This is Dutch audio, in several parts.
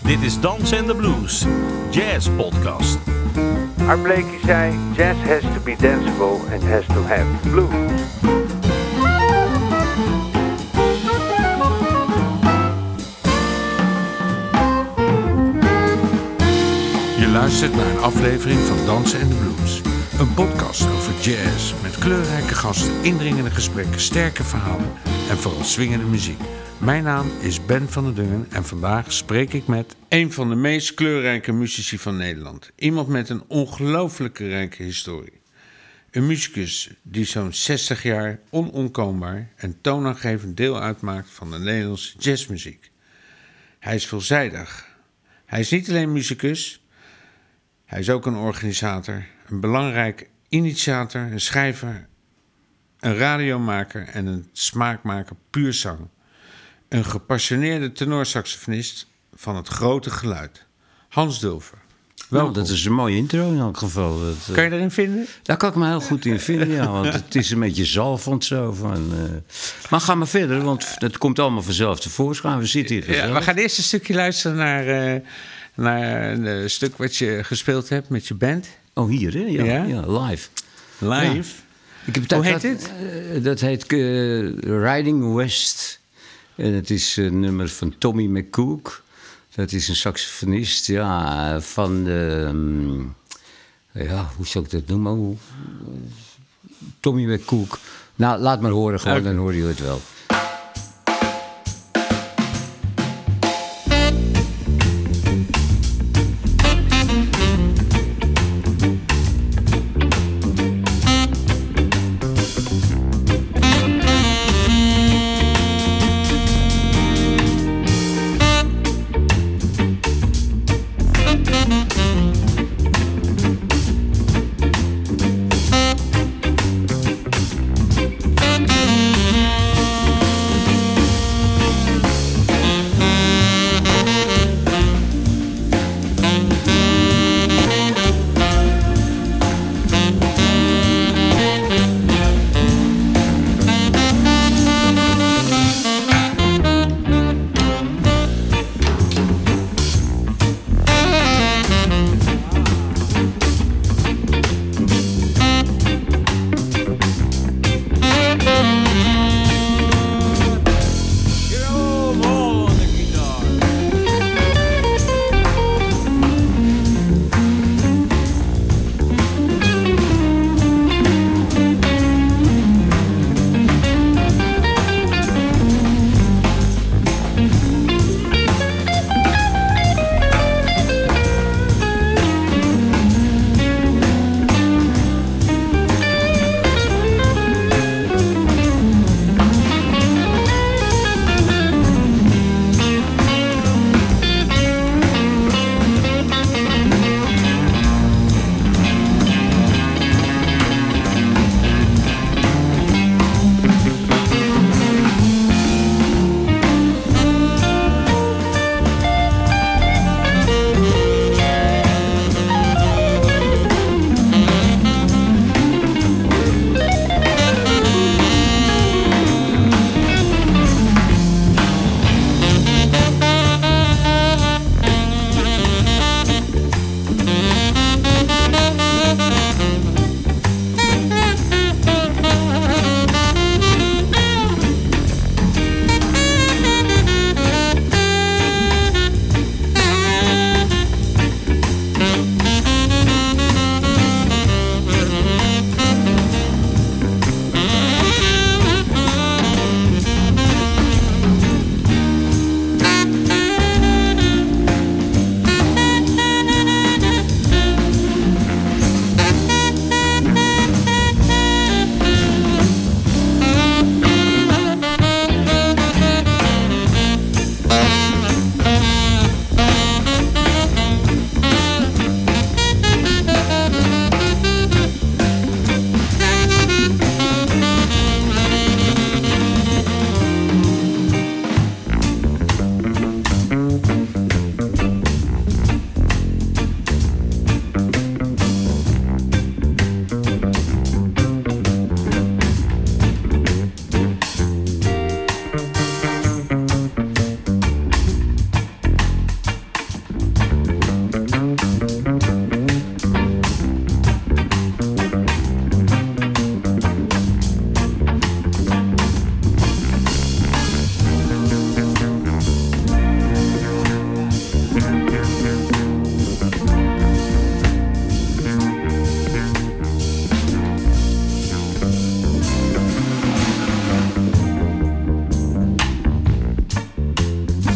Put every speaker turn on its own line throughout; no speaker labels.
Dit is Dans and the Blues, Jazz Podcast.
Art Blakey zei, jazz has to be danceable and has to have blues.
Je luistert naar een aflevering van Dansen en de Blues. Een podcast over jazz met kleurrijke gasten, indringende gesprekken, sterke verhalen en vooral swingende muziek. Mijn naam is Ben van der Dungen en vandaag spreek ik met een van de meest kleurrijke muzici van Nederland. Iemand met een ongelooflijke rijke historie. Een muzikus die zo'n 60 jaar onontkoombaar en toonaangevend deel uitmaakt van de Nederlandse jazzmuziek. Hij is veelzijdig. Hij is niet alleen muzikus, hij is ook een organisator, een belangrijk initiator, een schrijver, een radiomaker en een smaakmaker puur zang. Een gepassioneerde tenorsaxofonist van het grote geluid. Hans Dulfer.
Nou, dat is een mooie intro in elk geval.
Kan je erin vinden?
Daar kan ik me heel goed in vinden, ja. Want het is een beetje zalvend zo. Maar ga maar verder, want het komt allemaal vanzelf tevoorschijn. We zitten hier gezellig.
Ja, we gaan eerst een stukje luisteren naar een stuk wat je gespeeld hebt met je band.
Oh, hier, hè? Ja, live.
Live?
Ja.
Hoe heet dit?
Dat heet Riding West. En het is een nummer van Tommy McCook. Dat is een saxofonist, ja, van de... hoe zou ik dat noemen? Tommy McCook. Nou, laat maar horen gewoon, Dan hoor je het wel.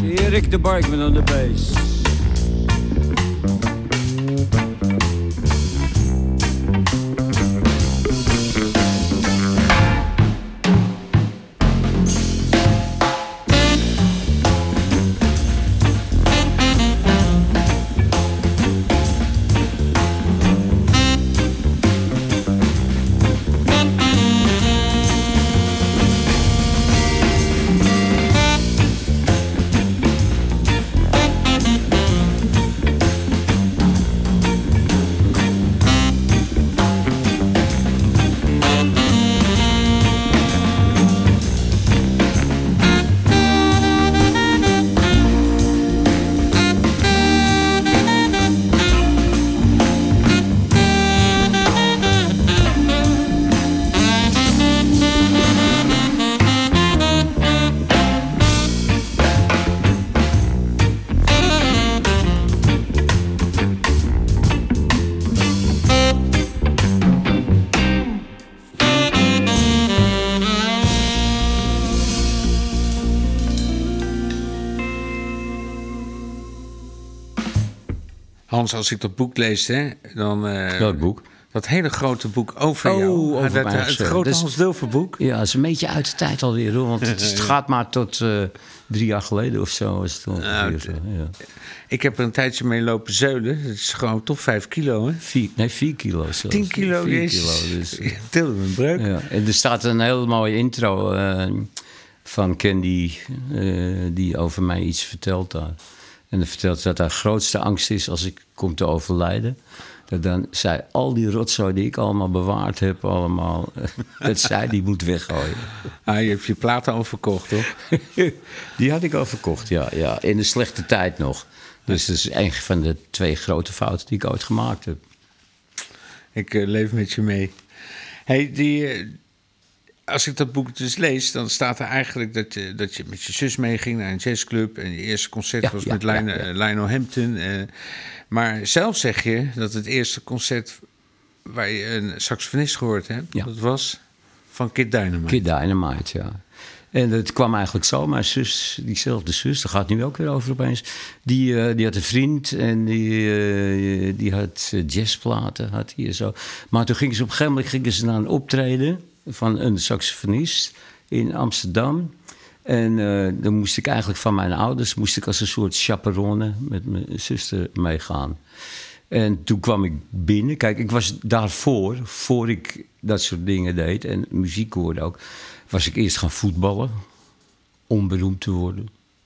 Erik de Barkman on the bass.
Hans, als ik dat boek lees, hè, dan...
Dat boek?
Dat hele grote boek over jou.
Over mij
het grote
dus,
Hans Dulfer boek.
Ja, het is een beetje uit de tijd alweer, hoor. Want het gaat maar tot 3 jaar geleden of zo. Was het ongeveer zo, ja.
Ik heb er een tijdje mee lopen zeulen. Het is gewoon toch 5 kilo, hè?
4 kilo zelfs.
10 kilo,
4 kilo. Dus,
ik tilde mijn breuk.
Ja. En er staat een heel mooie intro van Candy... die over mij iets vertelt daar. En dan vertelt ze dat haar grootste angst is als ik kom te overlijden. Dat dan zij al die rotzooi die ik allemaal bewaard heb, allemaal, dat zij die moet weggooien.
Ah, je hebt je platen al verkocht, toch?
Die had ik al verkocht, ja. In de slechte tijd nog. Dus dat is een van de 2 grote fouten die ik ooit gemaakt heb.
Ik leef met je mee. Hey, als ik dat boek dus lees, dan staat er eigenlijk dat je met je zus meeging naar een jazzclub. En je eerste concert was met Lionel Hampton. Maar zelf zeg je dat het eerste concert waar je een saxofonist gehoord hebt, dat was van Kid Dynamite.
Kid Dynamite, ja. En het kwam eigenlijk zo. Mijn zus, diezelfde zus, daar gaat het nu ook weer over opeens. Die had een vriend en die had jazzplaten. Had hier zo. Maar toen gingen ze op een gegeven moment naar een optreden van een saxofonist in Amsterdam. En dan moest ik eigenlijk van mijn ouders als een soort chaperone met mijn zuster meegaan. En toen kwam ik binnen. Kijk, ik was daarvoor, voor ik dat soort dingen deed en muziek hoorde ook, was ik eerst gaan voetballen om beroemd te worden.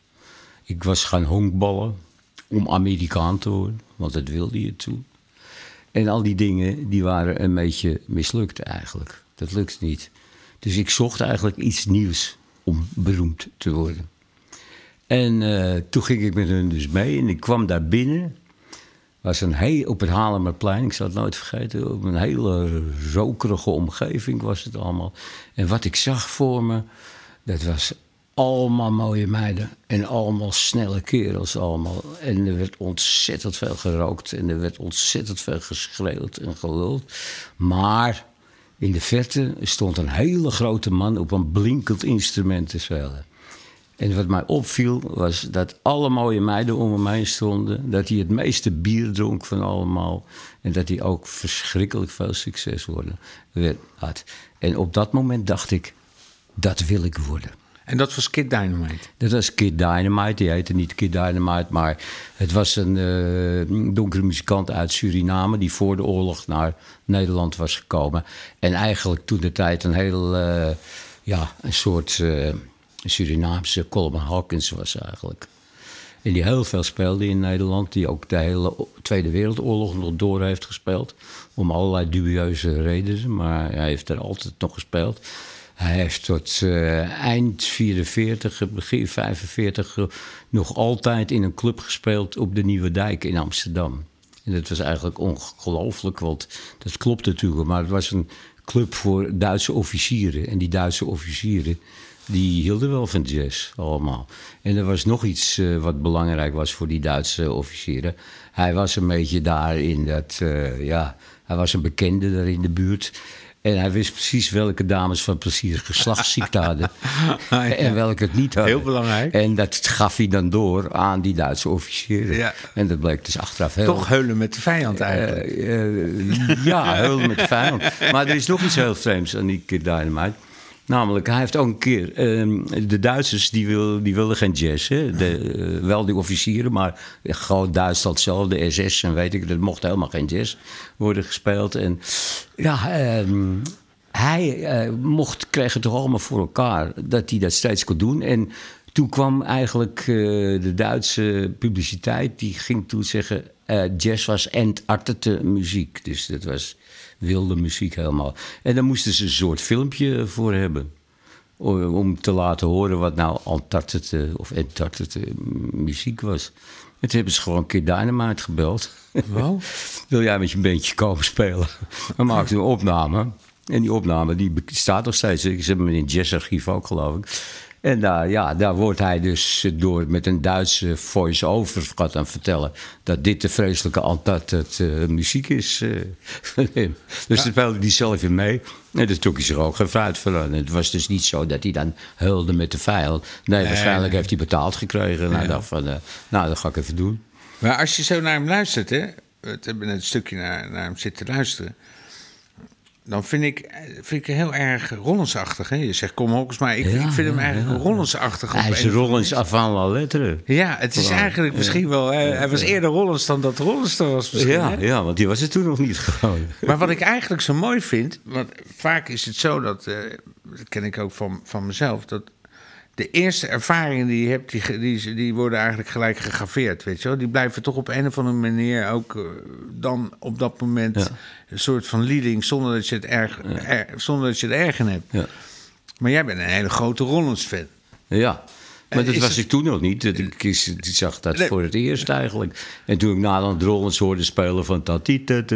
Ik was gaan honkballen om Amerikaan te worden, want dat wilde je toen. En al die dingen, die waren een beetje mislukt eigenlijk. Dat lukte niet. Dus ik zocht eigenlijk iets nieuws om beroemd te worden. En toen ging ik met hun dus mee en ik kwam daar binnen. Was op het Haarlemmerplein, ik zal het nooit vergeten, op een hele rokerige omgeving was het allemaal. En wat ik zag voor me, dat was allemaal mooie meiden en allemaal snelle kerels allemaal. En er werd ontzettend veel gerookt en er werd ontzettend veel geschreeuwd en geluld. Maar in de verte stond een hele grote man op een blinkend instrument te spelen. En wat mij opviel was dat alle mooie meiden om me heen stonden. Dat hij het meeste bier dronk van allemaal. En dat hij ook verschrikkelijk veel succes had. En op dat moment dacht ik, dat wil ik worden.
En dat was Kid Dynamite?
Dat was Kid Dynamite. Die heette niet Kid Dynamite, maar het was een donkere muzikant uit Suriname die voor de oorlog naar Nederland was gekomen. En eigenlijk toen de tijd een heel, een soort Surinaamse Coleman Hawkins was eigenlijk. En die heel veel speelde in Nederland. Die ook de hele Tweede Wereldoorlog nog door heeft gespeeld. Om allerlei dubieuze redenen. Maar hij heeft er altijd nog gespeeld. Hij heeft tot eind 44, begin 45 nog altijd in een club gespeeld op de Nieuwe Dijk in Amsterdam. En dat was eigenlijk ongelooflijk, want dat klopt natuurlijk. Maar het was een club voor Duitse officieren. En die Duitse officieren, die hielden wel van jazz allemaal. En er was nog iets wat belangrijk was voor die Duitse officieren. Hij was een beetje daar in dat, hij was een bekende daar in de buurt. En hij wist precies welke dames van plezier geslachtsziekte hadden. En welke het niet hadden.
Heel belangrijk.
En dat gaf hij dan door aan die Duitse officieren.
Ja.
En dat bleek dus achteraf heel...
Toch heulen met de vijand eigenlijk.
Ja, heulen met de vijand. Maar er is nog iets heel vreemds aan die Kid Dynamite. Namelijk, hij heeft ook een keer... de Duitsers, die wilden geen jazz. Hè? Wel die officieren, maar gewoon Duitsland zelf, de SS en weet ik... er mocht helemaal geen jazz worden gespeeld. En ja, hij kreeg het toch allemaal voor elkaar... dat hij dat steeds kon doen. En toen kwam eigenlijk de Duitse publiciteit... die ging toen zeggen... jazz was entartete muziek. Dus dat was... wilde muziek helemaal. En daar moesten ze een soort filmpje voor hebben. Om te laten horen wat nou entartete muziek was. En toen hebben ze gewoon een keer Dynamite gebeld.
Wow.
Wil jij met je bandje komen spelen? Dan maakten we een opname. En die opname die staat nog steeds. Ze hebben hem in het jazzarchief ook, geloof ik. En daar wordt hij dus met een Duitse voice-over gaat aan vertellen... dat dit de vreselijke entartete muziek is van hem. Dus daar speelde hij zelf in mee. En daar trok hij zich ook geen fruit van aan. Het was dus niet zo dat hij dan huilde met de vijand. Nee, waarschijnlijk heeft hij betaald gekregen. En hij dacht van, dat ga ik even doen.
Maar als je zo naar hem luistert, hè... we hebben net een stukje naar hem zitten luisteren... dan vind ik heel erg Rollins-achtig. Hè? Je zegt Kom Hawkins, maar ik vind hem eigenlijk Rollins-achtig.
Hij is Rollins avant la lettre.
Ja, het is eigenlijk misschien wel... hij was eerder Rollins dan dat Rollins er was misschien.
Ja, want die was het toen nog niet gewoon.
Maar wat ik eigenlijk zo mooi vind... want vaak is het zo dat ken ik ook van mezelf... dat de eerste ervaringen die je hebt... die worden eigenlijk gelijk gegraveerd, weet je wel. Die blijven toch op een of andere manier ook... dan op dat moment een soort van leading... zonder dat je het erg in hebt. Ja. Maar jij bent een hele grote Rollins-fan.
Ja, maar dat was ik toen nog niet. Ik zag dat voor het eerst eigenlijk. En toen ik naderhand Rollins hoorde spelen van... dacht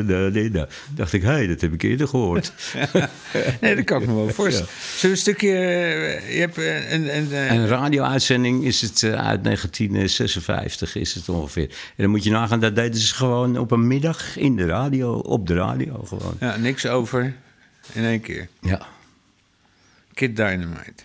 ik, dat heb ik eerder gehoord.
Nee, dat kan ik me wel voorstellen. Zullen we een stukje... je hebt
een radio-uitzending is het uit 1956 is het ongeveer. En dan moet je nagaan, dat deden ze gewoon op een middag in de radio, op de radio gewoon.
Ja, niks over in één keer.
Ja.
Kid Dynamite.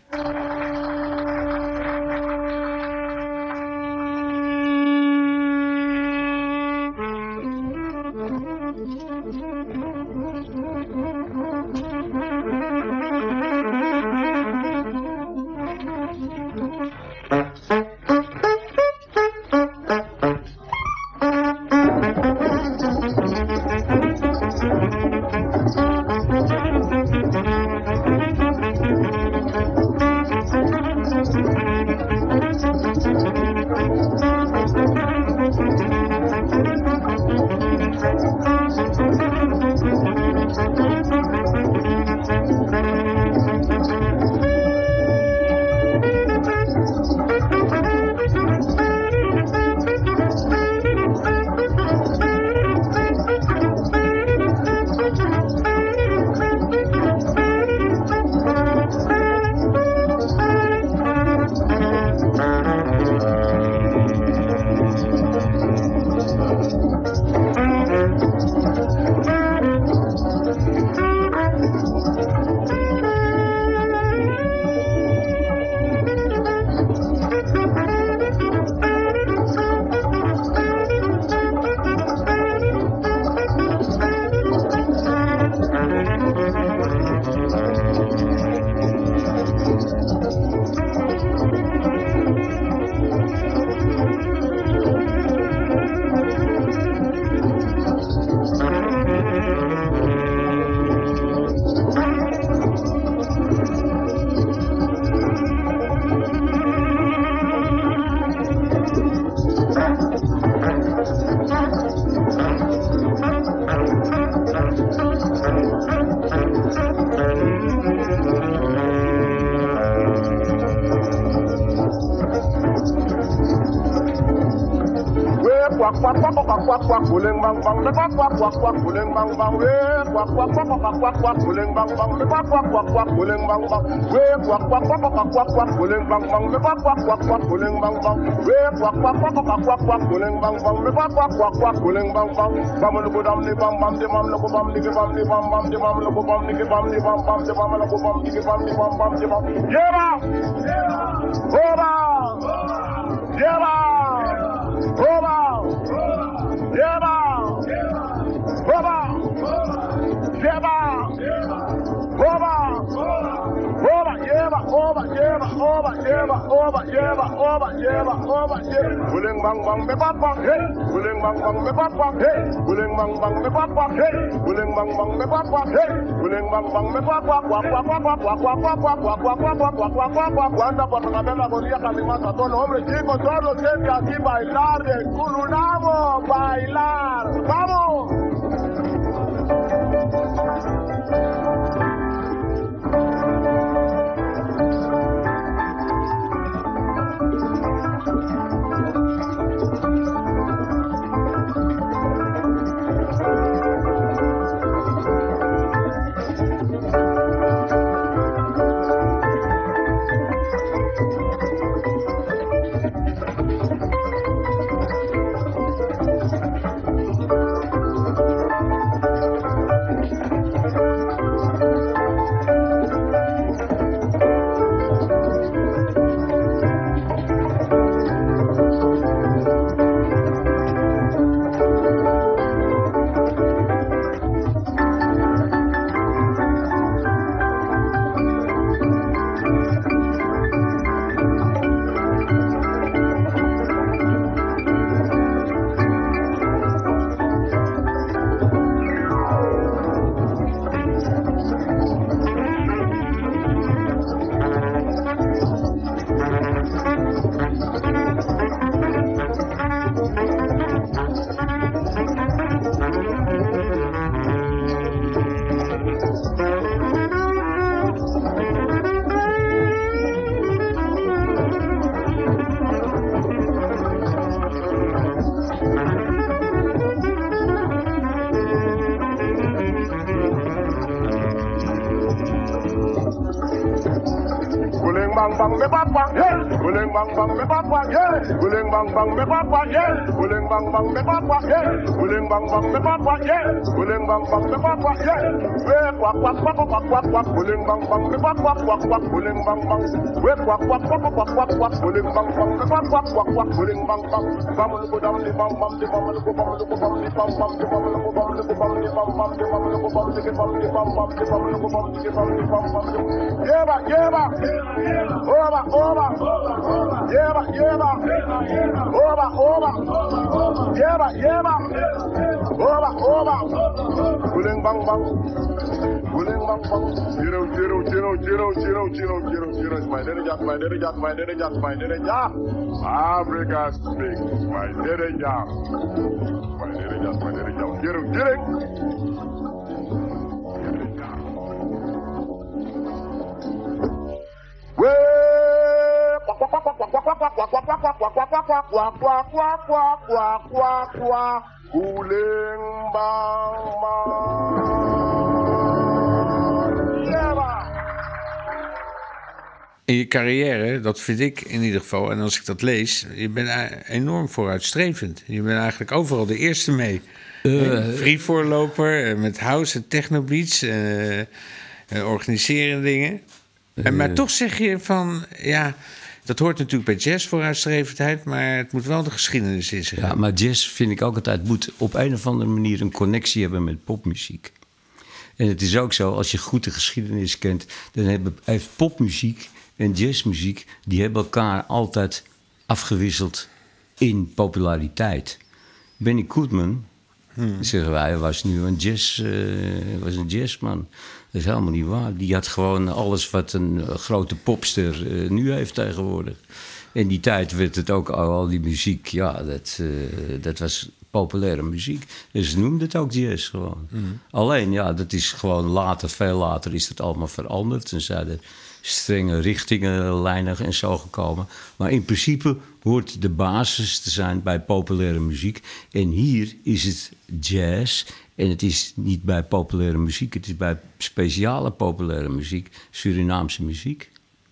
quack quack quack quack quack quack Guling bang bang me quack quack quack quack Guling bang bang Bam lu bam ni bam bam de bam lu bam ni bam ni bam bam de bam lu bam ni bam ni bam bam de bam lu bam ni bam ni bam bam de bam Yeba Oba Yeba Oba Yeba Oba Yeba Oba Oba Yeba Oba Yeba Oba Yeba Oba Yeba Oba Yeba Oba Yeba Guling bang bang me bang bang hey Guling bang bang me bang bang hey Guling bang bang me bang bang hey Guling bang bang me bang bang hey Guling bang bang me bang bang quack quack quack quack quack quack quack quack quack quack quack quack quack quack quack Cuando por la vela corría caminando a todos los hombres chicos todos siempre aquí bailar de culunamo bailar vamos bang me bang bang yeah Guling bang bang me bang bang yeah Guling bang bang me bang bang yeah Guling bang bang me bang bang yeah Guling bang bang me bang bang yeah Guling bang bang me bang bang yeah we quack quack quack quack quack quack Guling bang bang me bang quack quack quack Guling bang bang we quack quack quack quack quack quack Guling bang bang me bang quack quack quack Guling bang bang bam lu go down ni bam bam di bam lu go bam lu go bam ni bam bam di bam lu go bam lu go bam ni bam bam di bam lu go bam di bam ni bam bam di bam lu go bam di bam ni bam bam yeba yeba oba oba yeba yeba oba oba yeba yeba oba oba guling bang bang guling bang bang 0 0 0 0 0 0 0 0 is my derejat my derejat my derejat my derejat Africa speak my derejat my derejat my derejat 0 0 Guling bang
In je carrière, dat vind ik in ieder geval, en als ik dat lees, je bent enorm vooruitstrevend. Je bent eigenlijk overal de eerste mee. Free-voorloper, met house en technobeats, organiseren dingen. Maar toch zeg je van, ja, dat hoort natuurlijk bij jazz, vooruitstrevendheid, maar het moet wel de geschiedenis in zich hebben.
Ja, maar jazz vind ik ook altijd moet op een of andere manier een connectie hebben met popmuziek. En het is ook zo, als je goed de geschiedenis kent, dan heeft popmuziek en jazzmuziek, die hebben elkaar altijd afgewisseld in populariteit. Benny Goodman, zeggen wij, was nu een jazzman. Dat is helemaal niet waar. Die had gewoon alles wat een grote popster nu heeft tegenwoordig. In die tijd werd het ook al die muziek, ja, dat was populaire muziek. Dus ze noemden het ook jazz gewoon. Alleen, ja, dat is gewoon later, veel later is het allemaal veranderd. En zijn er strenge richtingenlijnen en zo gekomen. Maar in principe hoort de basis te zijn bij populaire muziek. En hier is het jazz. En het is niet bij populaire muziek, het is bij speciale populaire muziek, Surinaamse muziek.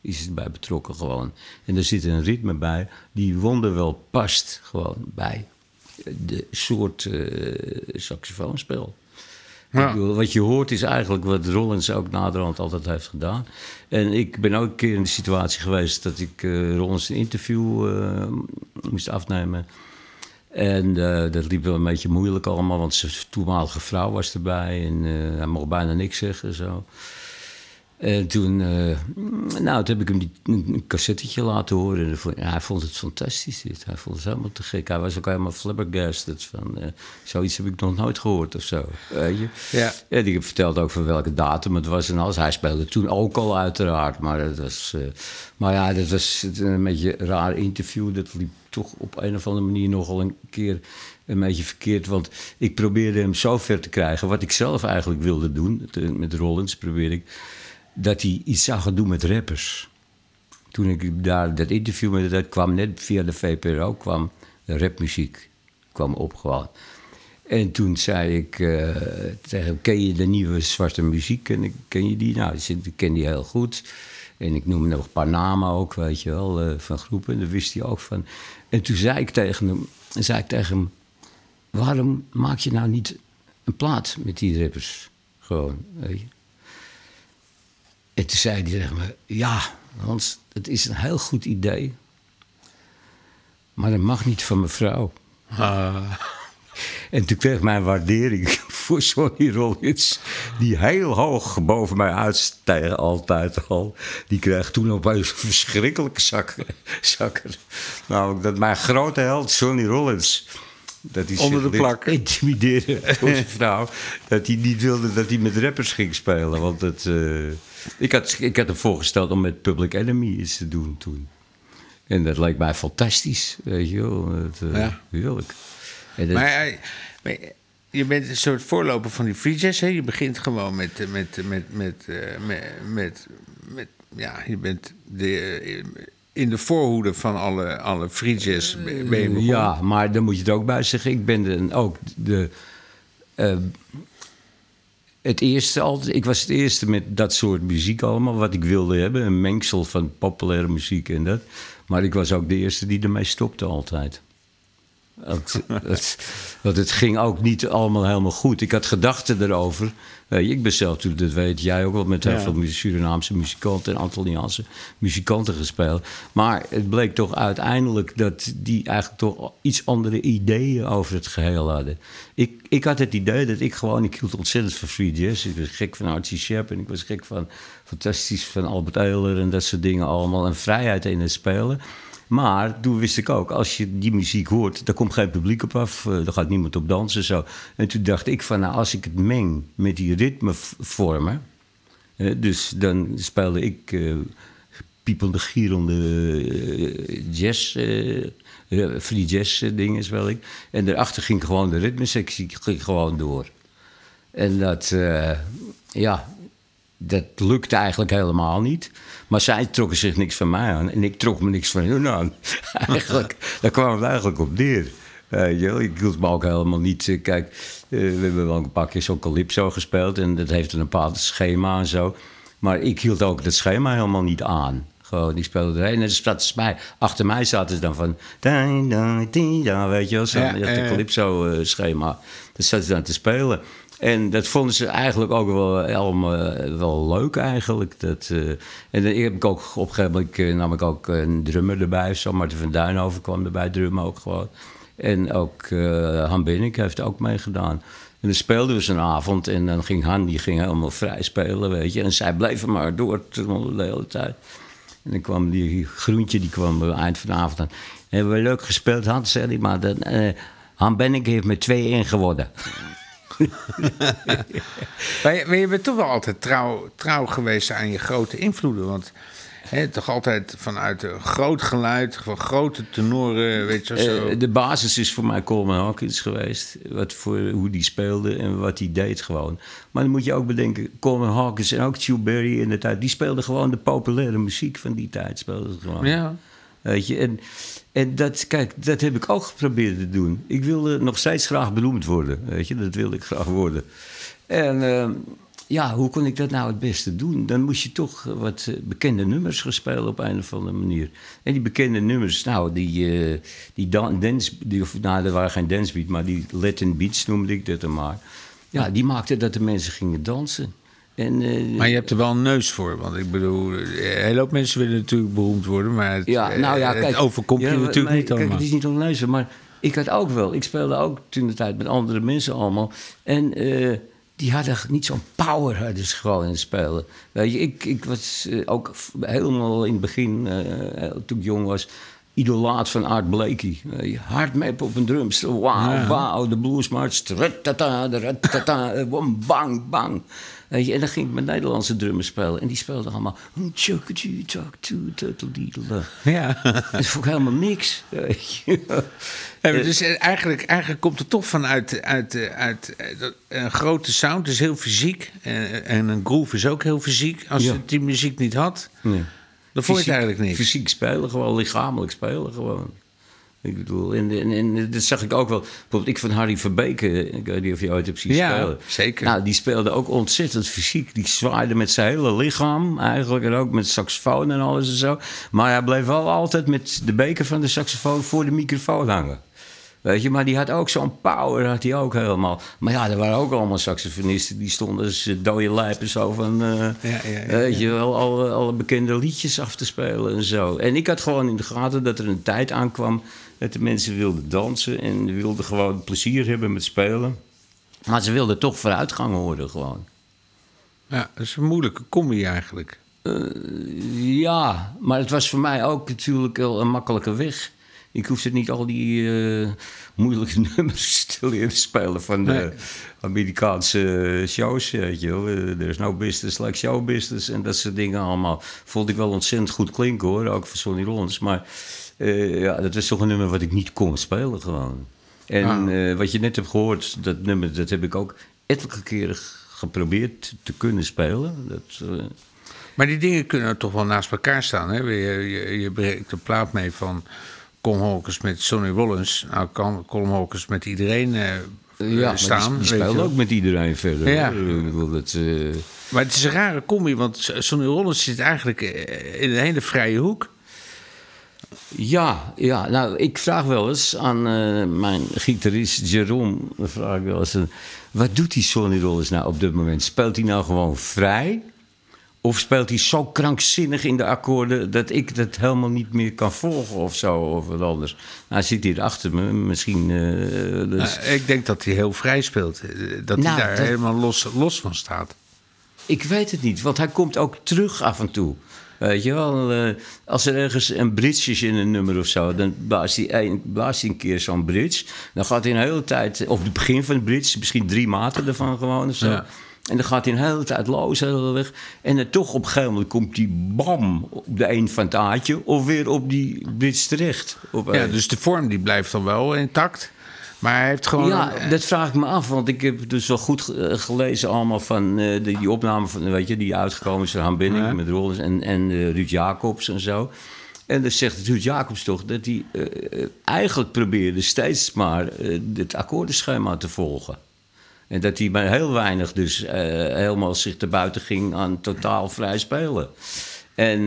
is het bij betrokken gewoon. En er zit een ritme bij die wonderwel past gewoon bij de soort saxofoonspel.
Ja.
Ik bedoel, wat je hoort is eigenlijk wat Rollins ook naderhand altijd heeft gedaan. En ik ben ook een keer in de situatie geweest dat ik Rollins een interview moest afnemen. En dat liep wel een beetje moeilijk allemaal, want zijn toenmalige vrouw was erbij. En hij mocht bijna niks zeggen zo. En toen heb ik hem een cassettetje laten horen. En hij vond het fantastisch dit. Hij vond het helemaal te gek. Hij was ook helemaal flabbergasted van... zoiets heb ik nog nooit gehoord of zo. Weet je?
Ja.
En ik heb verteld ook van welke datum het was en alles. Hij speelde toen ook al uiteraard. Maar dat was... dat was een beetje een raar interview. Dat liep toch op een of andere manier nogal een keer een beetje verkeerd. Want ik probeerde hem zo ver te krijgen. Wat ik zelf eigenlijk wilde doen. Met Rollins probeerde ik... dat hij iets zou gaan doen met rappers. Toen ik daar dat interview met dat kwam, net via de VPRO, kwam de rapmuziek op gewoon. En toen zei ik tegen hem, ken je de nieuwe zwarte muziek? Ken je die? Nou, ik ken die heel goed. En ik noemde nog een paar namen ook, weet je wel, van groepen. En daar wist hij ook van. En toen zei ik tegen hem, waarom maak je nou niet een plaat met die rappers? Gewoon, weet je. En toen zei hij tegen me, ja, Hans, het is een heel goed idee. Maar dat mag niet van mevrouw. En toen kreeg mijn waardering voor Sonny Rollins... die heel hoog boven mij uitstijgen altijd al... die kreeg toen opeens een verschrikkelijke zakker. Nou, dat mijn grote held, Sonny Rollins... dat hij
onder de plak
intimideerde door zijn vrouw... dat hij niet wilde dat hij met rappers ging spelen. Want ik had hem voorgesteld om met Public Enemy iets te doen toen. En dat leek mij fantastisch, weet je wel. Heerlijk.
Maar je bent een soort voorloper van die free jazz, hè? Je begint gewoon je bent in de voorhoede van alle free jazz ben je begonnen.
Ja, maar daar moet je het ook bij zeggen. Ik ben ik was het eerste met dat soort muziek allemaal, wat ik wilde hebben. Een mengsel van populaire muziek en dat. Maar ik was ook de eerste die ermee stopte altijd. Want het ging ook niet allemaal helemaal goed. Ik had gedachten erover. Ik ben zelf, dat weet jij ook wel, met heel veel Surinaamse muzikanten en Antilliaanse muzikanten gespeeld. Maar het bleek toch uiteindelijk dat die eigenlijk toch iets andere ideeën over het geheel hadden. Ik had het idee dat ik hield ontzettend van free jazz. Ik was gek van Archie Shepp en ik was gek van fantastisch van Albert Ayler en dat soort dingen allemaal. En vrijheid in het spelen. Maar toen wist ik ook, als je die muziek hoort... daar komt geen publiek op af, daar gaat niemand op dansen. Zo. En toen dacht ik van, nou, als ik het meng met die ritmevormen... dus dan speelde ik piepende, gierende jazz... free jazz dingen speel ik. En daarachter ging gewoon de ritmesectie gewoon door. En dat lukte eigenlijk helemaal niet. Maar zij trokken zich niks van mij aan. En ik trok me niks van hun aan. Daar kwam het eigenlijk op neer. Ik hield me ook helemaal niet... Kijk, we hebben wel een paar keer zo'n calypso gespeeld. En dat heeft een bepaald schema en zo. Maar ik hield ook dat schema helemaal niet aan. Gewoon, ik speelde erheen. En achter mij zaten ze dan van... weet je wel, zo. Dat calypso schema. Dat zaten ze dan te spelen. En dat vonden ze eigenlijk ook wel leuk eigenlijk. En ik heb ook op een gegeven moment nam ik ook een drummer erbij. Zo Marten van Duinhoven kwam erbij drummen ook gewoon. En ook Han Benink heeft ook meegedaan. En dan speelden we zo'n avond en dan ging Han helemaal vrij spelen, weet je. En zij bleven maar door de hele tijd. En dan kwam die Groentje, die kwam aan het eind van de avond aan. Hebben we leuk gespeeld, Han, zei hij, maar Han Benink heeft met 2-1 geworden.
Maar je bent toch wel altijd trouw geweest aan je grote invloeden. Want toch altijd vanuit een groot geluid, van grote tenoren, weet je zo.
De basis is voor mij Coleman Hawkins geweest. Hoe die speelde en wat hij deed gewoon. Maar dan moet je ook bedenken, Coleman Hawkins en ook Chu Berry in de tijd... die speelden gewoon de populaire muziek van die tijd. Speelden gewoon.
Ja.
Weet je, en dat heb ik ook geprobeerd te doen. Ik wilde nog steeds graag beroemd worden, weet je. Dat wilde ik graag worden. En ja, hoe kon ik dat nou het beste doen? Dan moest je toch wat bekende nummers gaan spelen op een of andere manier. En die bekende nummers, nou, dat waren geen dancebeat, maar die Latin beats noemde ik dat dan maar. Ja, die maakten dat de mensen gingen dansen.
Maar je hebt er wel een neus voor. Want ik bedoel, een hele hoop mensen willen natuurlijk beroemd worden. Maar het overkomt je natuurlijk niet allemaal.
Kijk, het is niet een neus, maar ik had ook wel. Ik speelde ook toen de tijd met andere mensen allemaal. En die hadden niet zo'n power, hadden ze gewoon in het spelen. Weet je, ik was ook helemaal in het begin, toen ik jong was, idolaat van Art Blakey. Hardmap op een drums. Wauw, de bluesmarch. Bang, bang. Weet je, en dan ging ik met Nederlandse drummers spelen. En die speelden allemaal...
Ja.
Dat vond ik helemaal niks.
Dus eigenlijk komt het toch vanuit een grote sound. Het is heel fysiek. En een groove is ook heel fysiek. Als je die muziek niet had... Nee. Dan vond je het eigenlijk niet.
Fysiek spelen, gewoon lichamelijk spelen gewoon. Ik bedoel, en dat zag ik ook wel. Bijvoorbeeld ik van Harry Verbeke, ik weet niet of je ooit hebt zien spelen.
Ja, zeker.
Nou, die speelde ook ontzettend fysiek. Die zwaaide met zijn hele lichaam eigenlijk. En ook met saxofoon en alles en zo. Maar hij bleef wel altijd met de beker van de saxofoon voor de microfoon hangen. Weet je, maar die had ook zo'n power, had hij ook helemaal. Maar ja, er waren ook allemaal saxofonisten die stonden als dode lijpen zo van... weet je wel, alle bekende liedjes af te spelen en zo. En ik had gewoon in de gaten dat er een tijd aankwam dat de mensen wilden dansen en wilden gewoon plezier hebben met spelen. Maar ze wilden toch vooruitgang horen gewoon.
Ja, dat is een moeilijke combi eigenlijk.
Ja, maar het was voor mij ook natuurlijk wel een makkelijke weg. Ik hoefde niet al die moeilijke nummers te leren spelen van de Amerikaanse shows, weet je wel. There's no business like show business en dat soort dingen allemaal. Vond ik wel ontzettend goed klinken, hoor, ook van Sonny Rollins. Maar dat was toch een nummer wat ik niet kon spelen gewoon. En wat je net hebt gehoord, dat nummer, dat heb ik ook ettelijke keren geprobeerd te kunnen spelen.
Maar die dingen kunnen toch wel naast elkaar staan, hè? Je breekt de plaat mee van... Colm Hawkers met Sonny Rollins. Nou, kan Colm Hawkers met iedereen staan.
Die speelt ook met iedereen verder.
Ja.
Maar
het is een rare combi, want Sonny Rollins zit eigenlijk in een hele vrije hoek.
Ja, nou, ik vraag wel eens aan mijn gitarist Jerome... vraag ik wel eens, wat doet die Sonny Rollins nou op dit moment? Speelt hij nou gewoon vrij... Of speelt hij zo krankzinnig in de akkoorden... dat ik dat helemaal niet meer kan volgen of zo, of wat anders. Nou, hij zit hier achter me, misschien...
ik denk dat hij heel vrij speelt. Dat hij daar helemaal los van staat.
Ik weet het niet, want hij komt ook terug af en toe. Weet je wel, als er ergens een bridge is in een nummer of zo... dan blaast hij een keer zo'n bridge. Dan gaat hij een hele tijd... Of het begin van de bridge, misschien 3 maten ervan gewoon of zo... Ja. En dan gaat hij een hele tijd los, hele weg. En dan toch op een gegeven moment komt hij bam op de een van het aatje... of weer op die bridge terecht.
Dus de vorm die blijft dan wel intact. Maar hij heeft gewoon...
Ja, dat vraag ik me af. Want ik heb dus wel goed gelezen allemaal van die opname van... weet je, die uitgekomen is van Han Benning met Rollins en Ruud Jacobs en zo. En dan zegt Ruud Jacobs toch dat hij eigenlijk probeerde steeds maar het akkoordenschema te volgen. En dat hij maar heel weinig dus helemaal zich te buiten ging aan totaal vrij spelen. En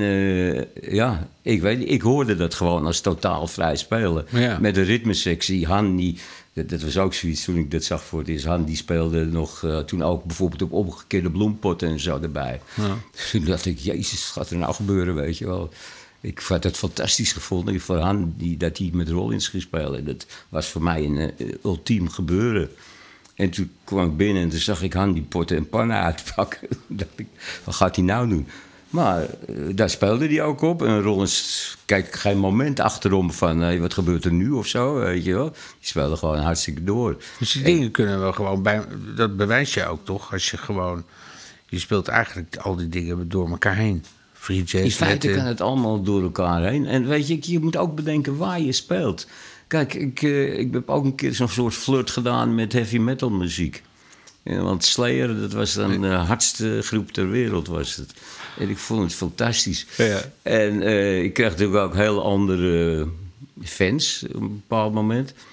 ik weet niet, ik hoorde dat gewoon als totaal vrij spelen. Ja. Met de ritmesectie. Han, dat was ook zoiets toen ik dat zag voor het eerst. Han die speelde nog toen ook bijvoorbeeld op omgekeerde bloempotten en zo erbij. Ja. Toen dacht ik, jezus, wat gaat er nou gebeuren, weet je wel. Ik had het fantastisch gevonden voor Han dat hij met Rollins ging spelen. Dat was voor mij een ultiem gebeuren. En toen kwam ik binnen en toen zag ik Han die potten en pannen uitpakken. Toen dacht ik, wat gaat hij nou doen? Maar daar speelde hij ook op. En Rollins kijkt geen moment achterom van... Hey, wat gebeurt er nu of zo, weet je wel. Die speelde gewoon hartstikke door.
Dus die dingen kunnen wel gewoon... dat bewijs je ook toch? Als je gewoon... Je speelt eigenlijk al die dingen door elkaar heen. Free jazz.
In feite kan het allemaal door elkaar heen. En weet je moet ook bedenken waar je speelt. Kijk, ik heb ook een keer zo'n soort flirt gedaan met heavy metal muziek. Ja, want Slayer, dat was dan de hardste groep ter wereld, was het. En ik vond het fantastisch. Ja. En ik kreeg natuurlijk ook heel andere fans op een bepaald moment.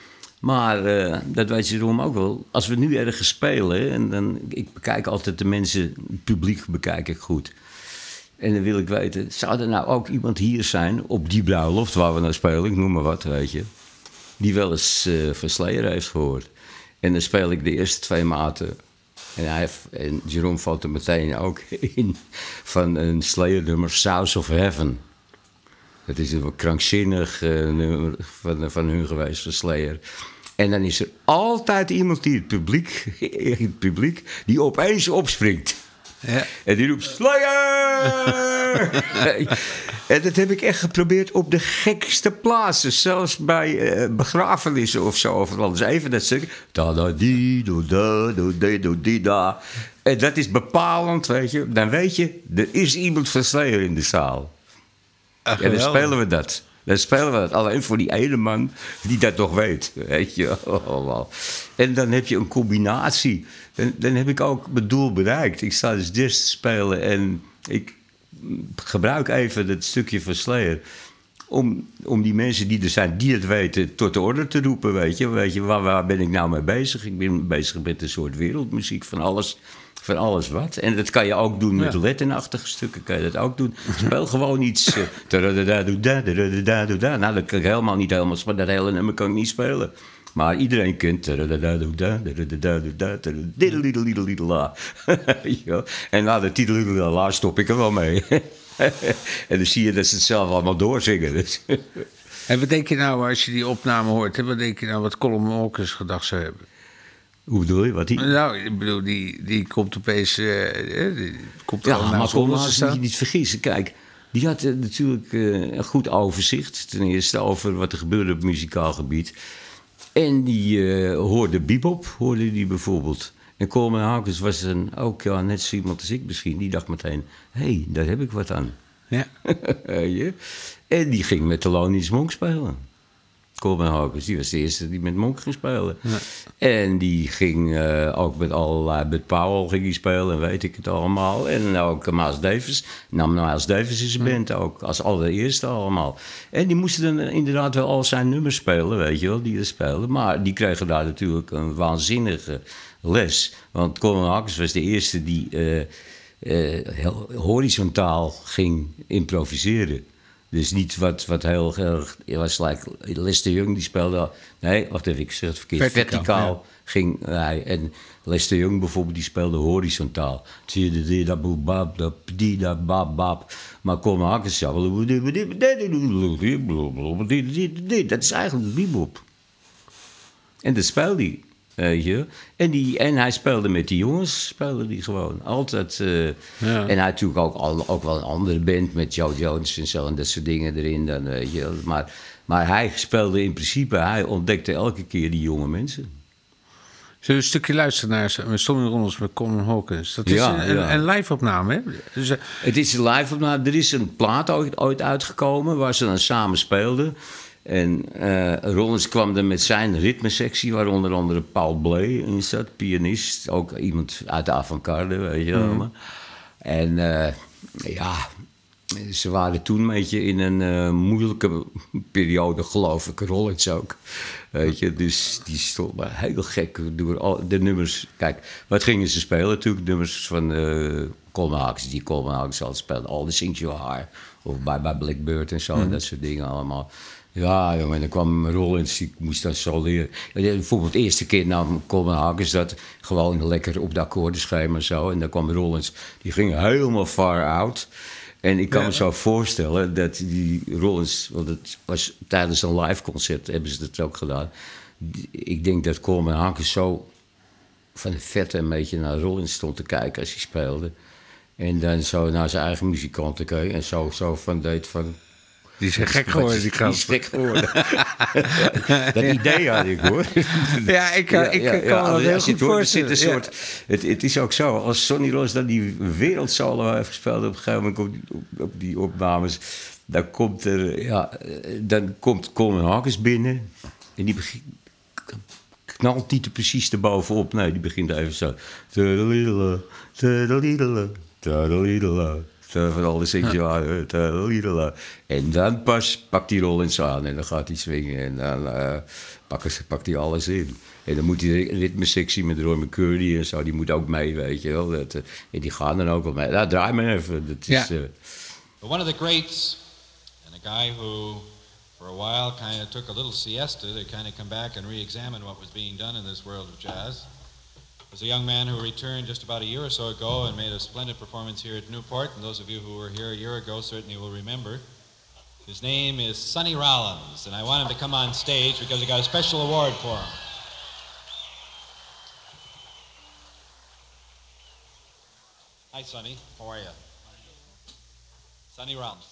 Maar dat weet je erom ook wel. Als we nu ergens spelen, en dan, ik bekijk altijd de mensen, het publiek bekijk ik goed. En dan wil ik weten, zou er nou ook iemand hier zijn op die bruiloft waar we nou spelen, ik noem maar wat, weet je, die wel eens van Slayer heeft gehoord. En dan speel ik de eerste 2 maten. En Jeroen valt er meteen ook in van een Slayer-nummer, South of Heaven. Dat is een krankzinnig nummer van hun geweest, van Slayer. En dan is er altijd iemand in het publiek die opeens opspringt. Ja. En die roept Slayer! En dat heb ik echt geprobeerd op de gekste plaatsen. Zelfs bij begrafenissen of zo. Overal. Dus even dat stuk. Da-da-di-do-da-do-de-do-di-da. En dat is bepalend, weet je. Dan weet je, er is iemand van Slayer in de zaal. En dan spelen we dat. Alleen voor die ene man die dat nog weet. Weet je. En dan heb je een combinatie. Dan heb ik ook mijn doel bereikt. Ik sta dus jazz te spelen en ik gebruik even dat stukje van Slayer om die mensen die er zijn, die het weten, tot de orde te roepen. Weet je, waar ben ik nou mee bezig? Ik ben bezig met een soort wereldmuziek van alles wat. En dat kan je ook doen met Latin-achtige stukken. Kan je dat ook doen. Speel gewoon iets. Nou, dat kan ik helemaal niet helemaal. Maar dat hele nummer kan ik niet spelen. Maar iedereen kent. En na de titel stop ik er wel mee. En dan zie je dat ze het zelf allemaal doorzingen. Dus.
En wat denk je nou als je die opname hoort? Wat denk je nou wat Colin Hawkins gedacht zou hebben?
Hoe bedoel je? Wat die?
Nou, ik bedoel, die komt opeens... komt
ja, maar Colin Hawkins moet je niet vergissen. Kijk, die had natuurlijk een goed overzicht. Ten eerste over wat er gebeurde op muzikaal gebied. En die hoorde bebop, hoorde die bijvoorbeeld. En Coleman Hawkins was dan ook net zo iemand als ik misschien. Die dacht meteen, hé, daar heb ik wat aan. Ja. En die ging met Thelonious Monk spelen. Coleman Hawkins, die was de eerste die met Monk ging spelen. Ja. En die ging ook met allerlei... Met Powell ging hij spelen en weet ik het allemaal. En ook Miles Davis. Nam Miles Davis in zijn band ook. Als allereerste allemaal. En die moesten dan inderdaad wel al zijn nummers spelen, weet je wel, die er spelen. Maar die kregen daar natuurlijk een waanzinnige les. Want Coleman Hawkins was de eerste die horizontaal ging improviseren. Dus niet wat heel erg... Het was Lester Young die speelde... Nee, wacht even, ik zeg het verkeerd. Verticaal ging hij. En Lester Young bijvoorbeeld, die speelde horizontaal. Maar Coleman Hawkins zou... Dat is eigenlijk bebop. En dat speelde hij. En hij speelde met die jongens, speelde die gewoon altijd. En hij had natuurlijk ook wel een andere band met Joe Jones en zo en dat soort dingen erin. Dan, maar hij speelde in principe, hij ontdekte elke keer die jonge mensen.
Zullen we een stukje luisteren naar Sonny Rollins met Coleman Hawkins? Dat is een live-opname, hè? Dus,
het is een live-opname. Er is een plaat ooit uitgekomen waar ze dan samen speelden. En Rollins kwam er met zijn ritmesectie, waar onder andere Paul Bley in zat, pianist. Ook iemand uit de avant-garde, weet je wel. En ze waren toen een beetje in een moeilijke periode, geloof ik. Rollins ook, weet je. Dus die stond maar heel gek door al de nummers. Kijk, wat gingen ze spelen? Natuurlijk nummers van Coleman Hawkins, die Coleman Hawkins altijd speelde. All the Things You Are, of bij Blackbird en zo, en dat soort dingen allemaal. Ja, jongen, en dan kwam Rollins, ik moest dat zo leren. Bijvoorbeeld de eerste keer nam Coleman Hawkins dat gewoon lekker op de akkoordenscherm en zo. En dan kwam Rollins, die ging helemaal far out. En ik kan me zo voorstellen dat die Rollins, want het was tijdens een live concert, hebben ze dat ook gedaan. Ik denk dat Coleman Hawkins zo van de verte een beetje naar Rollins stond te kijken als hij speelde. En dan zo naar zijn eigen muzikanten keek en zo van deed van...
Die is gek geworden, die gast.
Die is gek geworden. Dat idee had ik, hoor.
Ja, ik kan me heel goed voorstellen.
Het is ook zo, als Sonny Rollins dan die wereldsolo heeft gespeeld op een gegeven moment op die opnames, dan komt Coleman Hawkins binnen en die knalt niet precies erbovenop. Nee, die begint even zo. Van alle sensualiteit. En dan pas pakt hij Rollins aan en dan gaat hij swingen en dan pakt hij alles in. En dan moet die ritmesectie met Roy McCurdy en zo, die moet ook mee, weet je wel. En die gaan dan ook wel mee. Nou, draai maar even. Dat is,
But one of the greats, and a guy who for a while kind of took a little siesta to kind of come back and re-examine what was being done in this world of jazz, was a young man who returned just about a year or so ago and made a splendid performance here at Newport, and those of you who were here a year ago certainly will remember. His name is Sonny Rollins, and I want him to come on stage because I got a special award for him. Hi, Sonny. How are you? Sonny Rollins.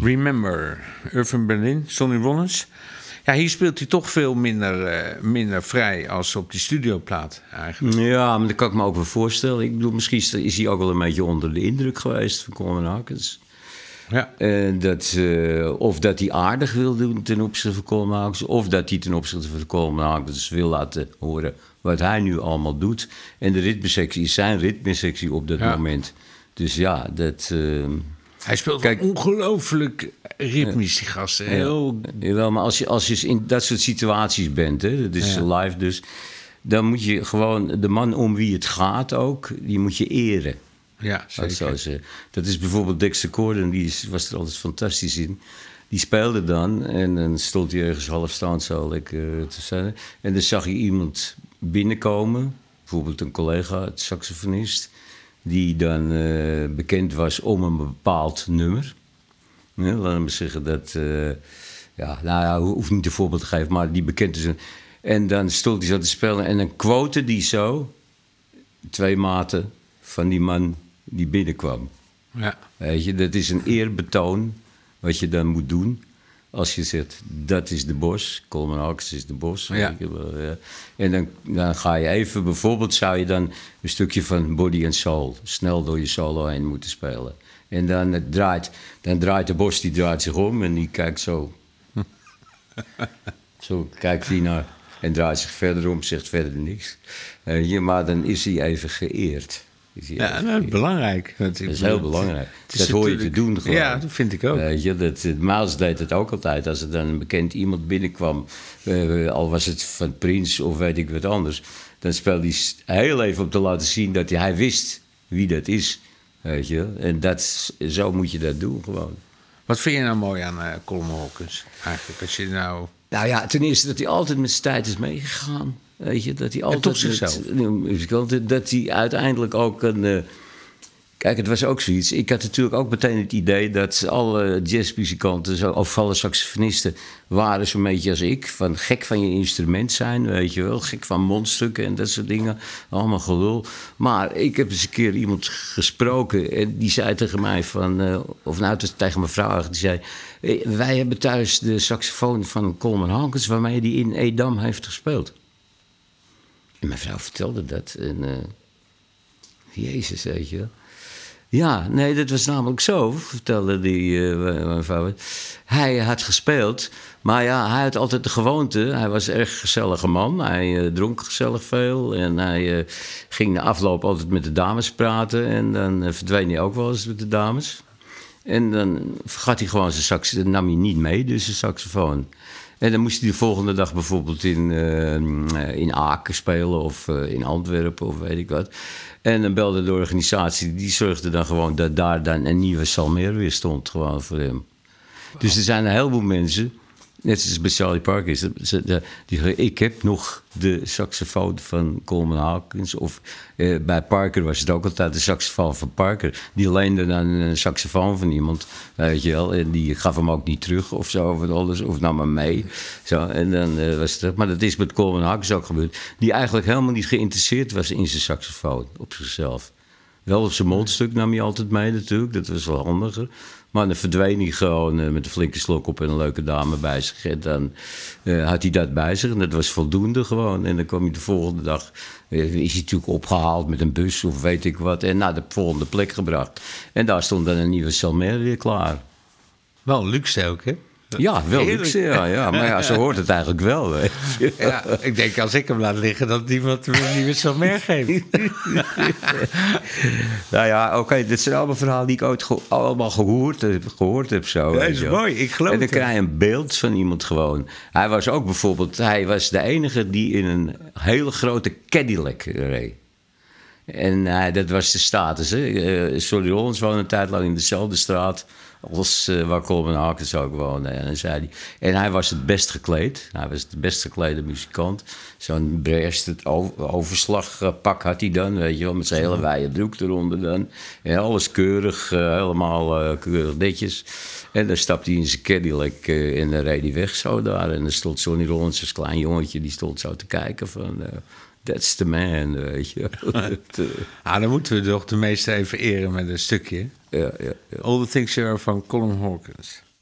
Remember, Irving Berlin, Sonny Rollins. Ja, hier speelt hij toch veel minder vrij als op die studioplaat eigenlijk.
Ja, maar dat kan ik me ook wel voorstellen. Ik bedoel, misschien is hij ook wel een beetje onder de indruk geweest van Coleman Hawkins.
Ja.
Of dat hij aardig wil doen ten opzichte van Coleman Hawkins, of dat hij ten opzichte van Coleman Hawkins wil laten horen wat hij nu allemaal doet. En de ritmesectie is zijn ritmesectie op dat moment. Dus ja, dat...
Hij speelt ongelooflijk ritmisch, die gasten. Heel...
Ja, maar als je in dat soort situaties bent, hè, dat is live dus, dan moet je gewoon de man om wie het gaat ook, die moet je eren.
Ja, zeker.
Dat is bijvoorbeeld Dexter Gordon, was er altijd fantastisch in. Die speelde dan en dan stond hij ergens halfstaand, zal ik te zijn. En dan zag je iemand binnenkomen, bijvoorbeeld een collega, het saxofonist, die dan bekend was om een bepaald nummer. Ja, laten we zeggen dat... hoeft niet een voorbeeld te geven, maar die bekend is. En dan stond hij zo te spelen en dan quote die zo 2 maten van die man die binnenkwam. Ja. Weet je, dat is een eerbetoon wat je dan moet doen. Als je zegt, dat is de Bos, Coleman Hawkins is de Bos. Ja. En dan ga je even, bijvoorbeeld zou je dan een stukje van Body and Soul snel door je solo heen moeten spelen. En dan draait de Bos, die draait zich om en die kijkt zo. Zo kijkt hij naar en draait zich verder om, zegt verder niks. Maar dan is hij even geëerd.
Dat is belangrijk.
Dat is heel belangrijk. Dat hoor je te doen gewoon.
Ja, dat vind ik ook.
Miles deed het ook altijd. Als er dan een bekend iemand binnenkwam, al was het van Prince of weet ik wat anders, dan speelde hij heel even om te laten zien dat hij wist wie dat is. Weet je? En zo moet je dat doen gewoon.
Wat vind je nou mooi aan Coleman Hawkins eigenlijk? Als je nou
ja, ten eerste dat hij altijd met zijn tijd is meegegaan. Weet je, dat hij altijd...
En tot zichzelf.
Dat hij uiteindelijk ook een... Kijk, het was ook zoiets. Ik had natuurlijk ook meteen het idee dat alle jazzmuzikanten, of alle saxofonisten, waren zo'n beetje als ik. Van gek van je instrument zijn, weet je wel. Gek van mondstukken en dat soort dingen. Allemaal gelul. Maar ik heb eens een keer iemand gesproken en die zei tegen mij van... tegen mijn vrouw, die zei... wij hebben thuis de saxofoon van Coleman Hawkins, waarmee hij in Edam heeft gespeeld. En mijn vrouw vertelde dat. En Jezus, weet je wel. Ja, nee, dat was namelijk zo, vertelde mijn vrouw. Hij had gespeeld, maar ja, hij had altijd de gewoonte. Hij was een erg gezellige man. Hij dronk gezellig veel. En hij ging na afloop altijd met de dames praten. En dan verdween hij ook wel eens met de dames. En dan vergat hij gewoon zijn saxofoon. Nam hij niet mee, dus zijn saxofoon. En dan moest hij de volgende dag bijvoorbeeld in Aken spelen of in Antwerpen of weet ik wat. En dan belde de organisatie, die zorgde dan gewoon dat daar dan een nieuwe Salmer weer stond gewoon voor hem. Wow. Dus er zijn een heleboel mensen, net zoals bij Charlie Parker, die zeggen, ik heb nog de saxofoon van Coleman Hawkins. Of bij Parker was het ook altijd de saxofoon van Parker. Die leende dan een saxofoon van iemand, weet je wel. En die gaf hem ook niet terug of zo, of alles, of nam hem mee. Zo, en dan was het. Maar dat is met Coleman Hawkins ook gebeurd. Die eigenlijk helemaal niet geïnteresseerd was in zijn saxofoon, op zichzelf. Wel op zijn mondstuk nam hij altijd mee natuurlijk, dat was wel handiger. Maar dan verdween hij gewoon met een flinke slok op en een leuke dame bij zich. En dan had hij dat bij zich en dat was voldoende gewoon. En dan kwam hij de volgende dag, is hij natuurlijk opgehaald met een bus of weet ik wat. En naar de volgende plek gebracht. En daar stond dan een nieuwe Salmer weer klaar.
Wel luxe ook, hè?
Ja, wel luxe, ja. Maar ja, zo hoort het eigenlijk wel. Weet je.
Ja, ik denk als ik hem laat liggen dat niemand hem een nieuwe Salmer geeft.
Nou ja, oké, dit zijn allemaal verhalen die ik ooit allemaal gehoord heb. Zo,
dat is mooi, ik geloof het.
En dan krijg je een beeld van iemand gewoon. Hij was ook bijvoorbeeld, hij was de enige die in een hele grote Cadillac reed. En dat was de status. Sonny Rollins woonde een tijd lang in dezelfde straat als waar Coleman Hawkins ook woonde. En dan zei hij. En hij was het best gekleed. Hij was de best geklede muzikant. Zo'n Brest, het overslagpak had hij dan, weet je wel, met zijn hele wijde broek eronder dan. En alles keurig, helemaal keurig netjes. En dan stapte hij in zijn Cadillac en dan reed hij weg zo daar. En dan stond Sonny Rollins als klein jongetje, die stond zo te kijken van... That's the man, weet je.
Dan moeten we toch de meeste even eren met een stukje.
Ja.
All the Things You Are van Coleman Hawkins.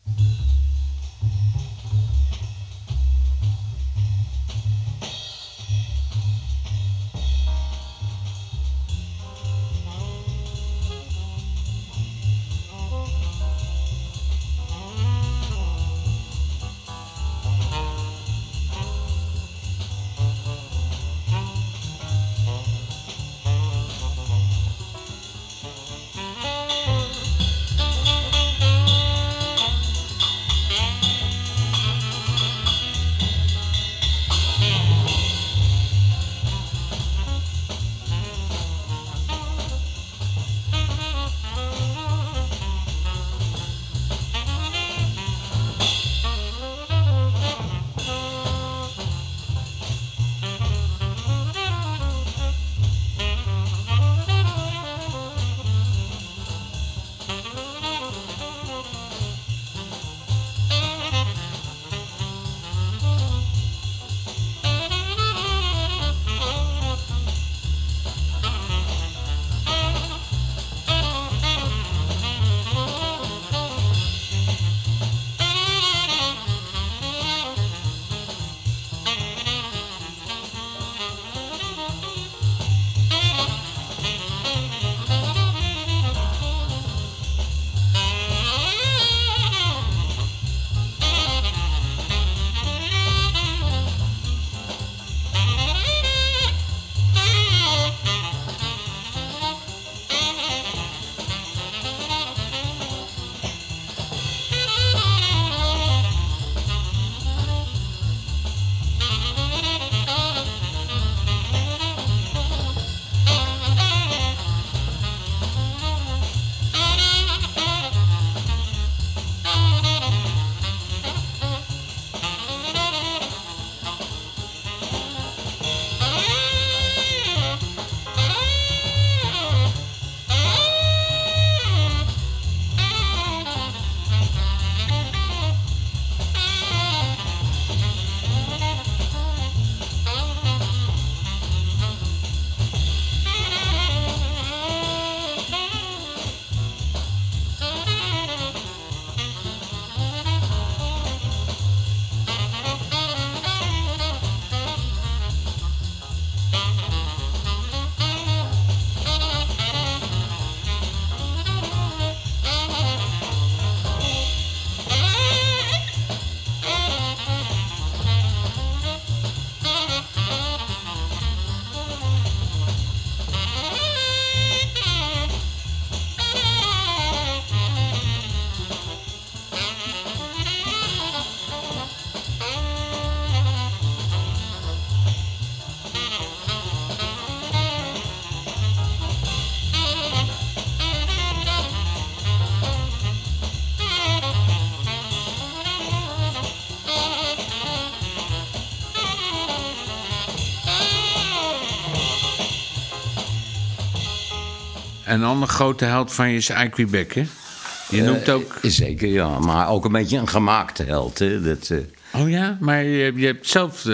Een andere grote held van je is Ike Quebec, hè? Je noemt ook...
Zeker, ja. Maar ook een beetje een gemaakte held, hè. Dat,
Oh ja? Maar je hebt zelf...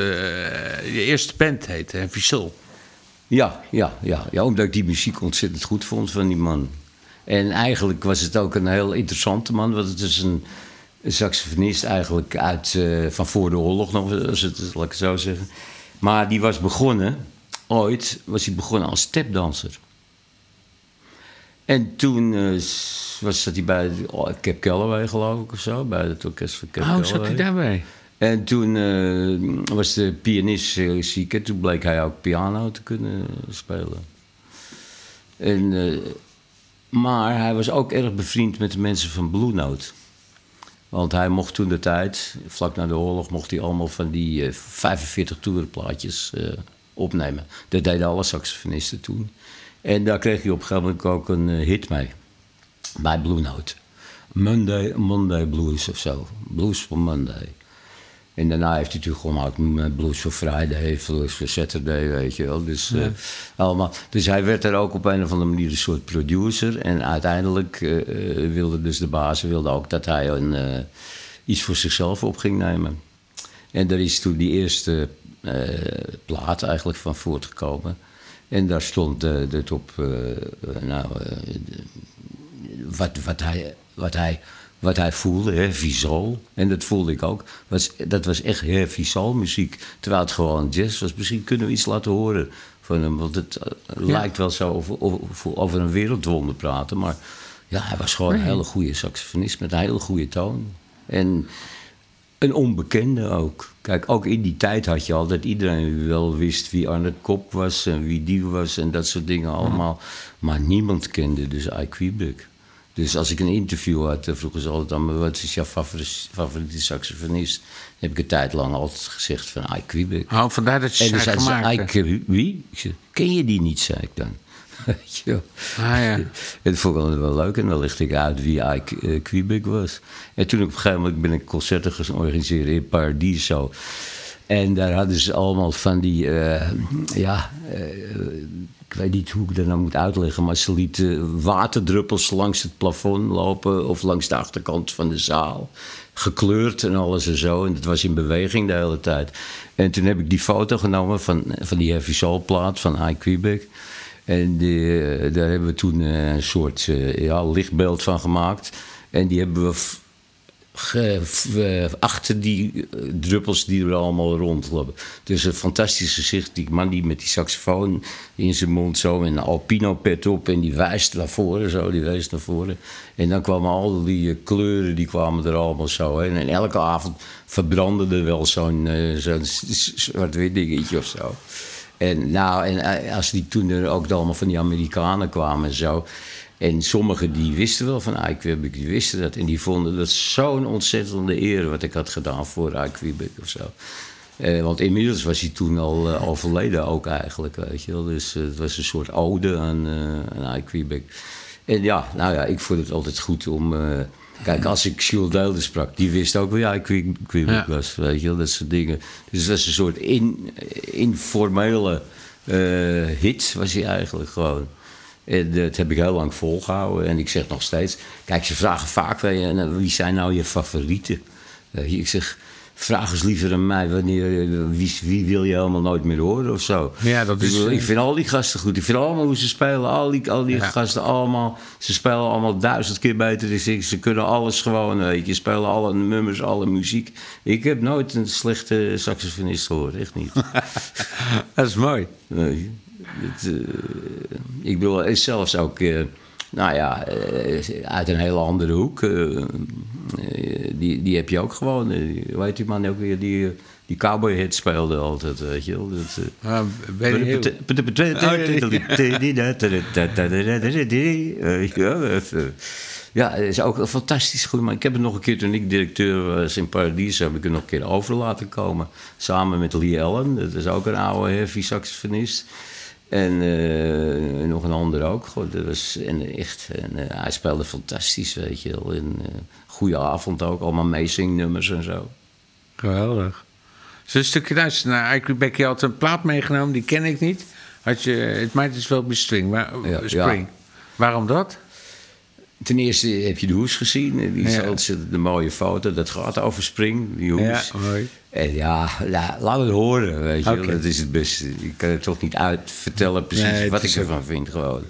je eerste band heette Heavy Soul.
Ja, omdat ik die muziek ontzettend goed vond van die man. En eigenlijk was het ook een heel interessante man. Want het is een saxofonist eigenlijk van voor de oorlog nog, laat ik het zo zeggen. Maar die was begonnen, ooit was hij begonnen als stepdanser. En toen zat hij bij Cab Calloway, geloof ik, of zo. Bij het orkest van Cab Calloway.
Oh, zat hij daarbij?
En toen was de pianist ziek. En toen bleek hij ook piano te kunnen spelen. Maar hij was ook erg bevriend met de mensen van Blue Note. Want hij mocht toen de tijd, vlak na de oorlog, mocht hij allemaal van die 45 toerplaatjes opnemen. Dat deden alle saxofonisten toen. En daar kreeg hij op een gegeven moment ook een hit mee. Bij Blue Note. Monday Blues of zo. Blues for Monday. En daarna heeft hij natuurlijk gewoon Blues for Friday, Blues for Saturday, weet je wel. Dus, allemaal. Dus hij werd er ook op een of andere manier een soort producer. En uiteindelijk wilde dus de baas ook dat hij iets voor zichzelf op ging nemen. En daar is toen die eerste plaat eigenlijk van voortgekomen. En daar stond het op wat hij wat hij voelde, heavy soul. En dat voelde ik ook. Dat was echt heavy soul muziek. Terwijl het gewoon jazz was. Misschien kunnen we iets laten horen van hem. Want het lijkt wel zo over een wereldwonder praten. Maar ja, hij was gewoon een hele goede saxofonist met een hele goede toon. En een onbekende ook. Kijk, ook in die tijd had je al dat iedereen wel wist wie Arnold Kopp was en wie die was en dat soort dingen allemaal. Maar niemand kende dus Ike Quebec. Dus als ik een interview had, vroegen ze altijd aan me, wat is jouw favoriete saxofonist? Dan heb ik een tijd lang altijd gezegd van Ike Quebec.
Oh, vandaar dat je
en dan
zei
zeiden ze,
gemaakt.
Ike, wie? Ik zei, ken je die niet, zei ik dan. Weet je wel.
Ja.
Dat vond ik altijd wel leuk. En dan lichtte ik uit wie Ike Quebec was. En toen op een gegeven moment ben ik concerten gaan organiseren in Paradiso. En daar hadden ze allemaal van die... ik weet niet hoe ik dat nou moet uitleggen... maar ze lieten waterdruppels langs het plafond lopen... of langs de achterkant van de zaal. Gekleurd en alles en zo. En dat was in beweging de hele tijd. En toen heb ik die foto genomen van die heavy soul plaat van Ike Quebec... En daar hebben we toen een soort lichtbeeld van gemaakt. En die hebben we achter die druppels die er allemaal rondlopen. Dus een fantastisch gezicht. Die man die met die saxofoon in zijn mond zo... en een alpino pet op en die wijst naar voren zo. Die wijst naar voren. En dan kwamen al die kleuren, die kwamen er allemaal zo heen. En elke avond verbrandde er wel zo'n zwart-wit dingetje of zo. En als die toen er ook allemaal van die Amerikanen kwamen en zo... en sommigen die wisten wel van Ike Quebec, die wisten dat... en die vonden dat zo'n ontzettende eer wat ik had gedaan voor Ike Quebec of zo. Want inmiddels was hij toen al overleden ook eigenlijk, weet je wel. Dus het was een soort ode aan Ike Quebec. En ik vond het altijd goed om... Kijk, als ik Jules Deelder sprak, die wist ook wie Ike Quebec was, weet je wel, dat soort dingen. Dus het was een soort informele hit, was hij eigenlijk gewoon. En dat heb ik heel lang volgehouden en ik zeg nog steeds... Kijk, ze vragen vaak, wie zijn nou je favorieten? Ik zeg, vraag eens liever aan mij, wie wil je helemaal nooit meer horen of zo? Ja, dat is... Ik vind al die gasten goed. Ik vind allemaal hoe ze spelen. Al die gasten allemaal... Ze spelen allemaal 1000 keer beter dan ik. Ze kunnen alles gewoon, weet je. Spelen alle nummers, alle muziek. Ik heb nooit een slechte saxofonist gehoord. Echt niet.
Dat is mooi.
Nee, ik bedoel, zelfs ook... uit een hele andere hoek. Die heb je ook gewoon. Hoe heet die man ook weer? Die cowboyhit speelde altijd, weet je wel. Ja, dat is ook fantastisch goed. Maar ik heb het nog een keer, toen ik directeur was in Paradiso... heb ik er nog een keer over laten komen. Samen met Lee Allen. Dat is ook een oude heavy saxofonist. En nog een ander ook. Goed, dat was, hij speelde fantastisch, weet je wel. Goede avond ook, allemaal meezingnummers en zo.
Geweldig. Zo'n stukje luisteren naar Ike Quebec. Je had een plaat meegenomen, die ken ik niet. It Might As Well Be Spring. Spring. Waarom dat?
Ten eerste heb je de hoes gezien. Die is ontzettend een mooie foto. Dat gaat over Spring, die hoes.
Ja, mooi.
En laat het horen, weet je. Okay. Dat is het beste. Ik kan het toch niet uitvertellen precies wat ik ervan vind, gewoon.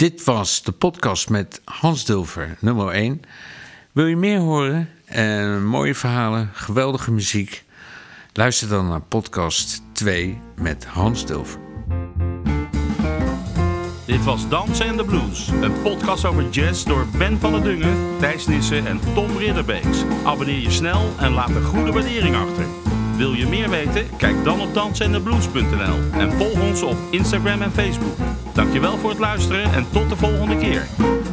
Dit was de podcast met Hans Dulfer, nummer 1. Wil je meer horen? Mooie verhalen, geweldige muziek? Luister dan naar podcast 2 met Hans Dulfer.
Dit was Dansen en de Blues. Een podcast over jazz door Ben van der Dungen, Thijs Nissen en Tom Ridderbeeks. Abonneer je snel en laat een goede waardering achter. Wil je meer weten? Kijk dan op dansenendeblues.nl en volg ons op Instagram en Facebook. Dankjewel voor het luisteren en tot de volgende keer.